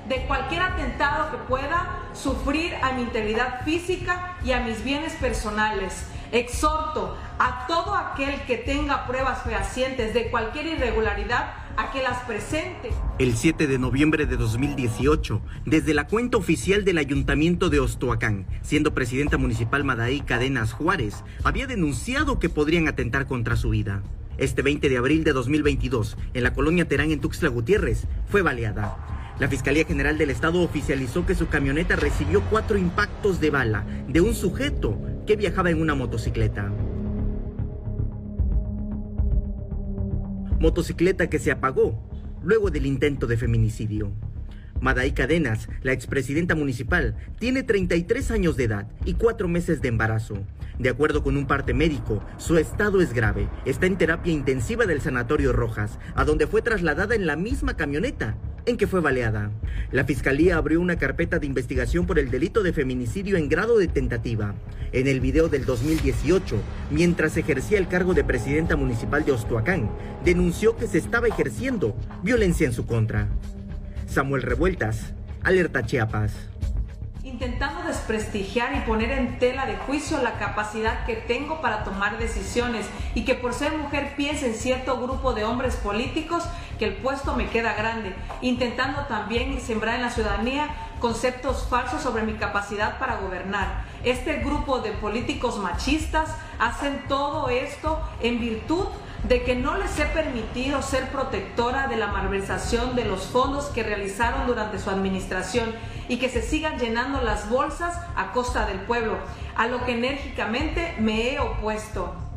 de cualquier atentado que pueda sufrir a mi integridad física y a mis bienes personales. Exhorto a todo aquel que tenga pruebas fehacientes de cualquier irregularidad a que las presente. El 7 de noviembre de 2018, desde la cuenta oficial del Ayuntamiento de Ostoacán, siendo presidenta municipal Madaí Cadenas Juárez, había denunciado que podrían atentar contra su vida. Este 20 de abril de 2022, en la colonia Terán en Tuxtla Gutiérrez, fue baleada. La Fiscalía General del Estado oficializó que su camioneta recibió 4 impactos de bala de un sujeto que viajaba en una motocicleta. Motocicleta que se apagó luego del intento de feminicidio. Madaí Cadenas, la expresidenta municipal, tiene 33 años de edad y 4 meses de embarazo. De acuerdo con un parte médico, su estado es grave. Está en terapia intensiva del Sanatorio Rojas, a donde fue trasladada en la misma camioneta en que fue baleada. La Fiscalía abrió una carpeta de investigación por el delito de feminicidio en grado de tentativa. En el video del 2018, mientras ejercía el cargo de presidenta municipal de Ostoacán, denunció que se estaba ejerciendo violencia en su contra. Samuel Revueltas, Alerta Chiapas. Intentando desprestigiar y poner en tela de juicio la capacidad que tengo para tomar decisiones y que por ser mujer piense en cierto grupo de hombres políticos que el puesto me queda grande, intentando también sembrar en la ciudadanía conceptos falsos sobre mi capacidad para gobernar. Este grupo de políticos machistas hacen todo esto en virtud de que no les he permitido ser protectora de la malversación de los fondos que realizaron durante su administración y que se sigan llenando las bolsas a costa del pueblo, a lo que enérgicamente me he opuesto.